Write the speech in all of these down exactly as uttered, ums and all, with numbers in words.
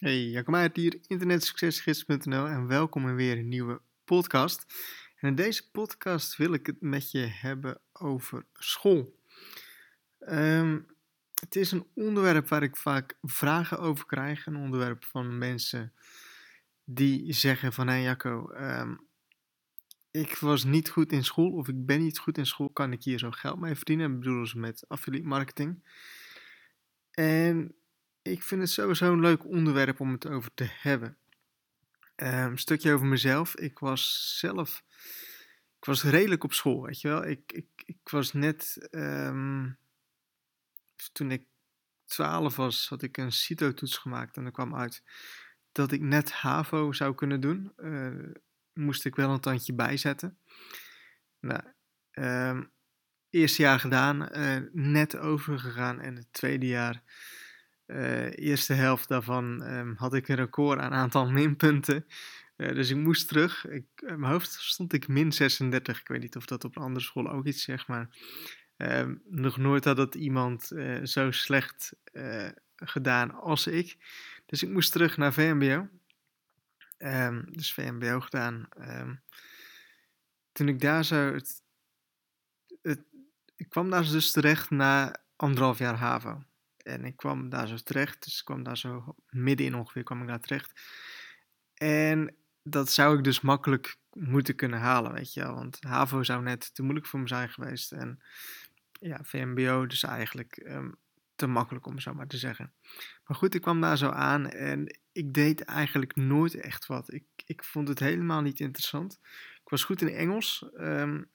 Hey, Jacco Meijer hier, internetsuccesgids punt n l en welkom in weer een nieuwe podcast. En in deze podcast wil ik het met je hebben over school. Um, het is een onderwerp waar ik vaak vragen over krijg. Een onderwerp van mensen die zeggen van... Hé hey Jacco, um, ik was niet goed in school of ik ben niet goed in school. Kan ik hier zo geld mee verdienen? Ik bedoel ze met affiliate marketing. En ik vind het sowieso een leuk onderwerp om het over te hebben. Um, een stukje over mezelf. Ik was zelf... Ik was redelijk op school, weet je wel. Ik, ik, ik was net... Um, toen ik twaalf was, had ik een CITO-toets gemaakt. En er kwam uit dat ik net HAVO zou kunnen doen. Uh, moest ik wel een tandje bijzetten. Nou, um, eerste jaar gedaan. Uh, net overgegaan. En het tweede jaar... Uh, eerste helft daarvan um, had ik een record aan aantal minpunten. Uh, dus ik moest terug. Ik, in mijn hoofd stond ik min zesendertig. Ik weet niet of dat op een andere school ook iets zegt, maar uh, nog nooit had dat iemand uh, zo slecht uh, gedaan als ik. Dus ik moest terug naar V M B O. Um, dus V M B O gedaan. Um, toen ik daar zo... Het, het, ik kwam daar dus terecht na anderhalf jaar HAVO. En ik kwam daar zo terecht, dus ik kwam daar zo middenin ongeveer kwam ik daar terecht. En dat zou ik dus makkelijk moeten kunnen halen, weet je wel. Want HAVO zou net te moeilijk voor me zijn geweest. En ja, V M B O dus eigenlijk um, te makkelijk om zo maar te zeggen. Maar goed, ik kwam daar zo aan en ik deed eigenlijk nooit echt wat. Ik, ik vond het helemaal niet interessant. Ik was goed in Engels. Um,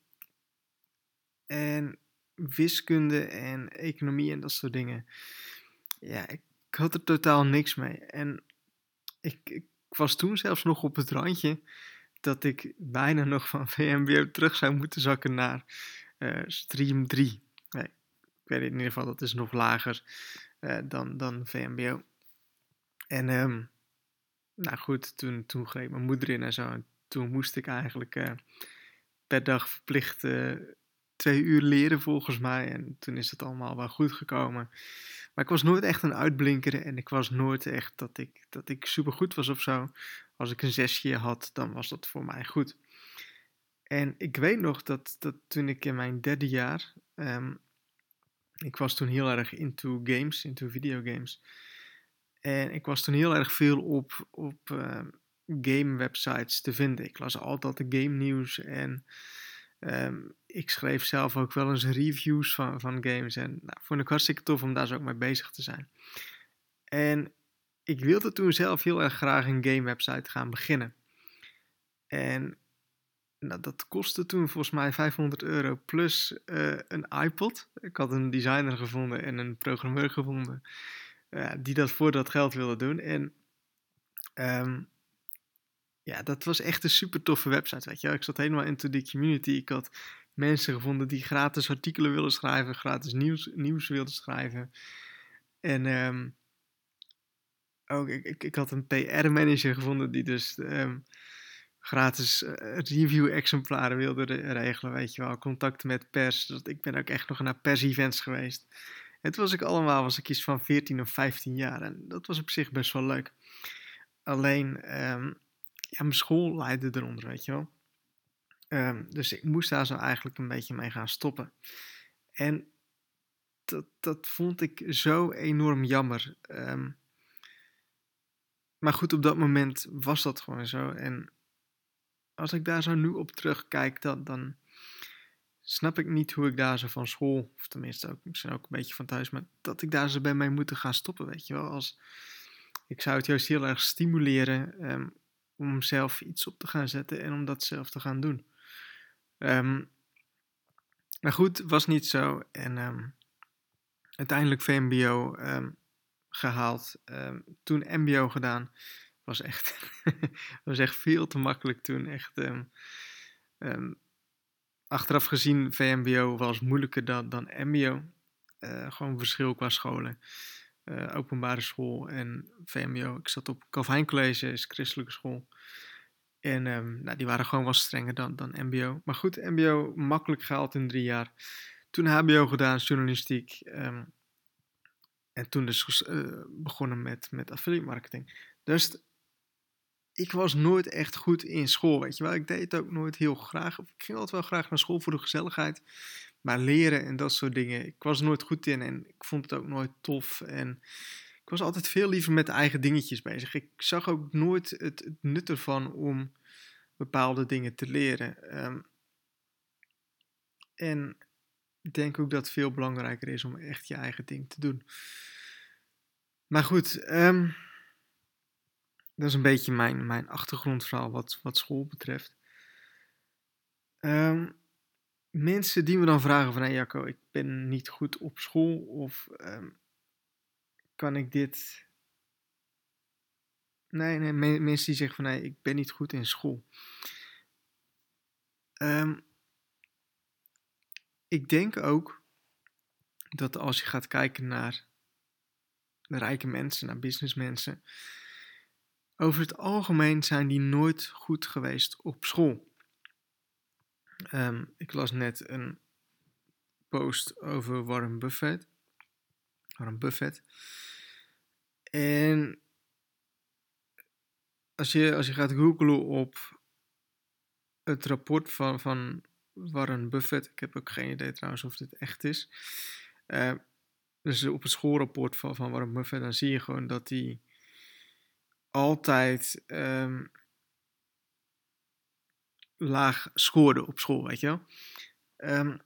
en... wiskunde en economie en dat soort dingen. Ja, ik had er totaal niks mee. En ik, ik was toen zelfs nog op het randje dat ik bijna nog van V M B O terug zou moeten zakken naar uh, stream drie. Nee, ik weet in ieder geval, dat is nog lager uh, dan, dan V M B O. En um, nou goed, toen, toen greep mijn moeder in en zo. En toen moest ik eigenlijk uh, per dag verplicht... Uh, twee uur leren volgens mij en toen is het allemaal wel goed gekomen. Maar ik was nooit echt een uitblinker en ik was nooit echt dat ik, dat ik supergoed was of zo. Als ik een zesje had, dan was dat voor mij goed. En ik weet nog dat, dat toen ik in mijn derde jaar... Um, ik was toen heel erg into games, into videogames. En ik was toen heel erg veel op, op uh, game websites te vinden. Ik las altijd de game nieuws en... Um, ik schreef zelf ook wel eens reviews van, van games en nou, vond ik hartstikke tof om daar zo ook mee bezig te zijn. En ik wilde toen zelf heel erg graag een game website gaan beginnen. En nou, dat kostte toen volgens mij vijfhonderd euro plus uh, een iPod. Ik had een designer gevonden en een programmeur gevonden uh, die dat voor dat geld wilde doen. En um, ja, dat was echt een super toffe website, weet je wel. Ik zat helemaal into die community. Ik had mensen gevonden die gratis artikelen wilden schrijven, gratis nieuws, nieuws wilden schrijven. En um, ook, ik, ik, ik had een P R-manager gevonden die dus um, gratis uh, review-exemplaren wilde re- regelen, weet je wel. Contacten met pers. Dus ik ben ook echt nog naar pers-events geweest. En toen was ik allemaal, was ik iets van veertien of vijftien jaar. En dat was op zich best wel leuk. Alleen... Um, ja, mijn school leidde eronder, weet je wel. Um, dus ik moest daar zo eigenlijk een beetje mee gaan stoppen. En dat, dat vond ik zo enorm jammer. Um, maar goed, op dat moment was dat gewoon zo. En als ik daar zo nu op terugkijk, dan, dan snap ik niet hoe ik daar zo van school, of tenminste ook, misschien ook een beetje van thuis, maar dat ik daar zo bij mee moeten gaan stoppen, weet je wel. Als, ik zou het juist heel erg stimuleren... Um, om zelf iets op te gaan zetten en om dat zelf te gaan doen. Um, maar goed, was niet zo. En um, uiteindelijk V M B O um, gehaald. Um, toen M B O gedaan. Was echt, was echt veel te makkelijk toen. Echt, um, um, achteraf gezien, V M B O was moeilijker dan, dan M B O. Uh, gewoon verschil qua scholen. Uh, openbare school en V M B O. Ik zat op Calvijn College, is christelijke school. En um, nou, die waren gewoon wat strenger dan, dan M B O. Maar goed, M B O makkelijk gehaald in drie jaar. Toen H B O gedaan, journalistiek. Um, en toen dus uh, begonnen met, met affiliate marketing. Dus t- ik was nooit echt goed in school, weet je wel. Ik deed het ook nooit heel graag. Ik ging altijd wel graag naar school voor de gezelligheid. Maar leren en dat soort dingen, ik was er nooit goed in en ik vond het ook nooit tof. En ik was altijd veel liever met eigen dingetjes bezig. Ik zag ook nooit het, het nut ervan om bepaalde dingen te leren. Um, en ik denk ook dat het veel belangrijker is om echt je eigen ding te doen. Maar goed, um, dat is een beetje mijn, mijn achtergrondverhaal wat, wat school betreft. Um, mensen die me dan vragen van, hey Jacco, ik ben niet goed op school of um, kan ik dit... Nee, nee, me- mensen die zeggen van, nee, ik ben niet goed in school. Um, ik denk ook dat als je gaat kijken naar de rijke mensen, naar businessmensen, over het algemeen zijn die nooit goed geweest op school. Um, ik las net een post over Warren Buffett. Warren Buffett. En als je, als je gaat googlen op het rapport van, van Warren Buffett, ik heb ook geen idee trouwens of dit echt is. Uh, dus op het schoolrapport van, van Warren Buffett, dan zie je gewoon dat hij altijd um, laag scoorde op school, weet je wel. Um,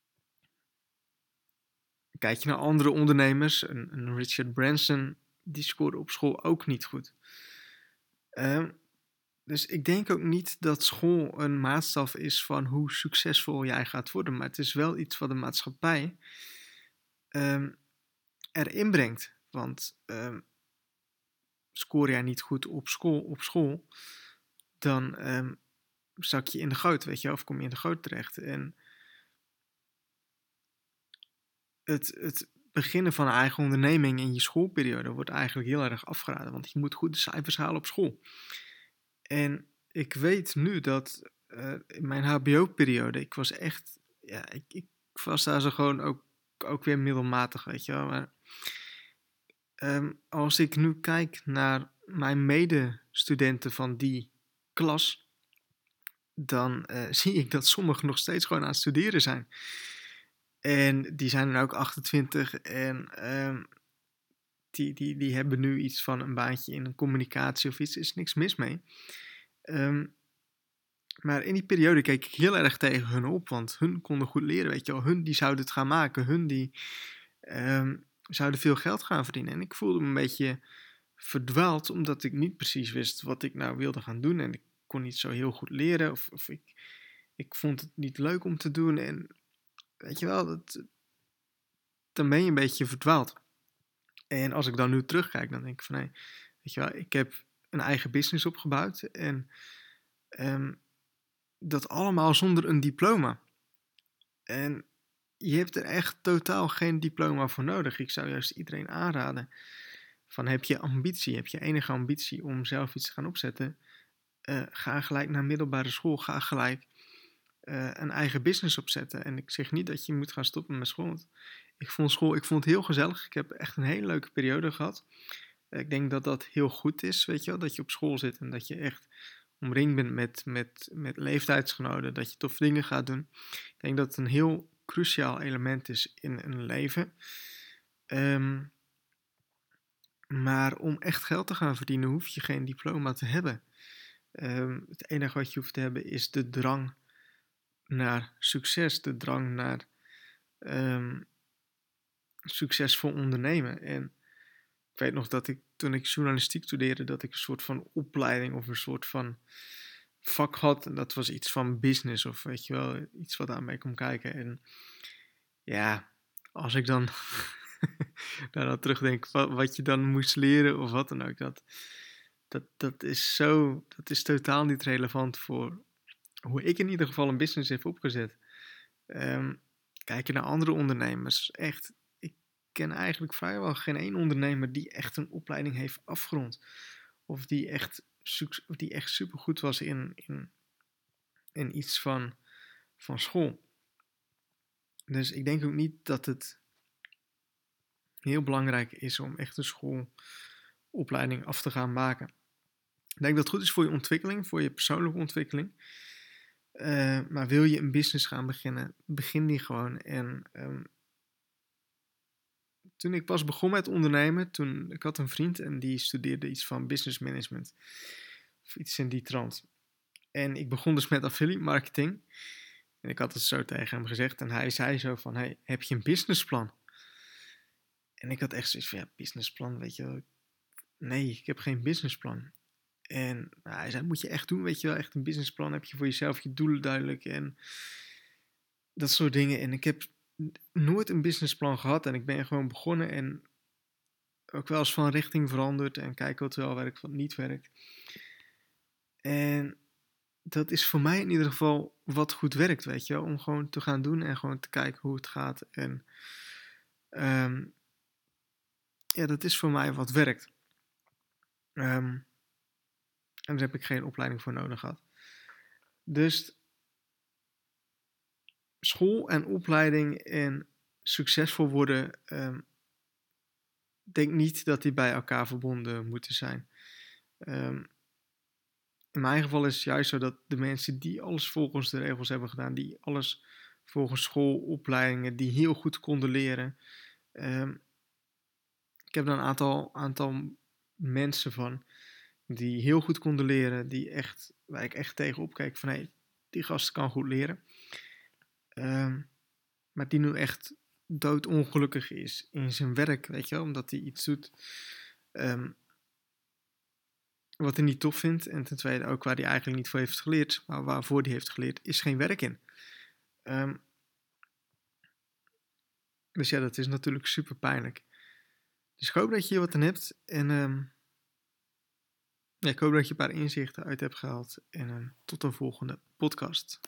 kijk je naar andere ondernemers, een, een Richard Branson, die scoorde op school ook niet goed. Um, dus ik denk ook niet dat school een maatstaf is van hoe succesvol jij gaat worden, maar het is wel iets wat de maatschappij um, erin brengt. Want um, scoor jij niet goed op school, op school dan um, zak je in de goot, weet je, of kom je in de goot terecht. En het, het beginnen van een eigen onderneming in je schoolperiode wordt eigenlijk heel erg afgeraden, want je moet goed de cijfers halen op school. En ik weet nu dat uh, in mijn H B O-periode, ik was echt, ja, ik, ik was daar zo gewoon ook, ook weer middelmatig, weet je wel. Maar um, als ik nu kijk naar mijn medestudenten van die klas, dan uh, zie ik dat sommigen nog steeds gewoon aan het studeren zijn. En die zijn dan ook achtentwintig en um, die, die, die hebben nu iets van een baantje in een communicatie of iets. Er is niks mis mee. Um, maar in die periode keek ik heel erg tegen hun op, want hun konden goed leren, weet je wel. Hun die zouden het gaan maken, hun die um, zouden veel geld gaan verdienen. En ik voelde me een beetje verdwaald, omdat ik niet precies wist wat ik nou wilde gaan doen. En ik kon niet zo heel goed leren, of, of ik, ik vond het niet leuk om te doen. En weet je wel, dat, dan ben je een beetje verdwaald. En als ik dan nu terugkijk, dan denk ik van, hé, hey, weet je wel, ik heb een eigen business opgebouwd en um, dat allemaal zonder een diploma. En je hebt er echt totaal geen diploma voor nodig. Ik zou juist iedereen aanraden van, heb je ambitie, heb je enige ambitie om zelf iets te gaan opzetten, uh, ga gelijk naar middelbare school, ga gelijk uh, een eigen business opzetten. En ik zeg niet dat je moet gaan stoppen met school. Want ik vond school, ik vond het heel gezellig. Ik heb echt een hele leuke periode gehad. Ik denk dat dat heel goed is, weet je wel, dat je op school zit en dat je echt omringd bent met, met, met leeftijdsgenoten, dat je tof dingen gaat doen. Ik denk dat het een heel cruciaal element is in een leven. Um, maar om echt geld te gaan verdienen, hoef je geen diploma te hebben. Um, het enige wat je hoeft te hebben is de drang naar succes, de drang naar um, succesvol ondernemen. En ik weet nog dat ik, toen ik journalistiek studeerde, dat ik een soort van opleiding of een soort van vak had. En dat was iets van business of weet je wel, iets wat aan mij kon kijken. En ja, als ik dan daarna terugdenk wat, wat je dan moest leren of wat dan ook, dat, dat, dat is zo, dat is totaal niet relevant voor hoe ik in ieder geval een business heb opgezet. Um, kijken naar andere ondernemers, echt, ik ken eigenlijk vrijwel geen één ondernemer die echt een opleiding heeft afgerond. Of die echt, of die echt supergoed was in, in, in iets van, van school. Dus ik denk ook niet dat het heel belangrijk is om echt een schoolopleiding af te gaan maken. Ik denk dat het goed is voor je ontwikkeling, voor je persoonlijke ontwikkeling. Uh, maar wil je een business gaan beginnen, begin die gewoon. En um, toen ik pas begon met ondernemen, toen ik had een vriend en die studeerde iets van business management. Of iets in die trant. En ik begon dus met affiliate marketing. En ik had het zo tegen hem gezegd. En hij zei zo van, hey, heb je een businessplan? En ik had echt zoiets van, ja, businessplan, weet je wel. Nee, ik heb geen businessplan. En nou, hij zei, moet je echt doen, weet je wel, echt een businessplan. Heb je voor jezelf je doelen duidelijk en dat soort dingen. En ik heb nooit een businessplan gehad en ik ben gewoon begonnen en ook wel eens van richting veranderd en kijken wat wel werkt, wat niet werkt. En dat is voor mij in ieder geval wat goed werkt, weet je wel. Om gewoon te gaan doen en gewoon te kijken hoe het gaat. En um, ja, dat is voor mij wat werkt. Um, en daar heb ik geen opleiding voor nodig gehad. Dus school en opleiding en succesvol worden, um, denk niet dat die bij elkaar verbonden moeten zijn. Um, in mijn geval is het juist zo dat de mensen die alles volgens de regels hebben gedaan, die alles volgens schoolopleidingen, die heel goed konden leren. Um, ik heb er een aantal, aantal mensen van die heel goed konden leren, die echt, waar ik echt tegenop keek van hé, hey, die gast kan goed leren. Um, maar die nu echt doodongelukkig is in zijn werk, weet je wel, omdat hij iets doet um, wat hij niet tof vindt. En ten tweede ook waar hij eigenlijk niet voor heeft geleerd, maar waarvoor hij heeft geleerd, is geen werk in. Um, dus ja, dat is natuurlijk super pijnlijk. Dus ik hoop dat je hier wat aan hebt. En um, ja, ik hoop dat je een paar inzichten uit hebt gehaald. En um, tot een volgende podcast.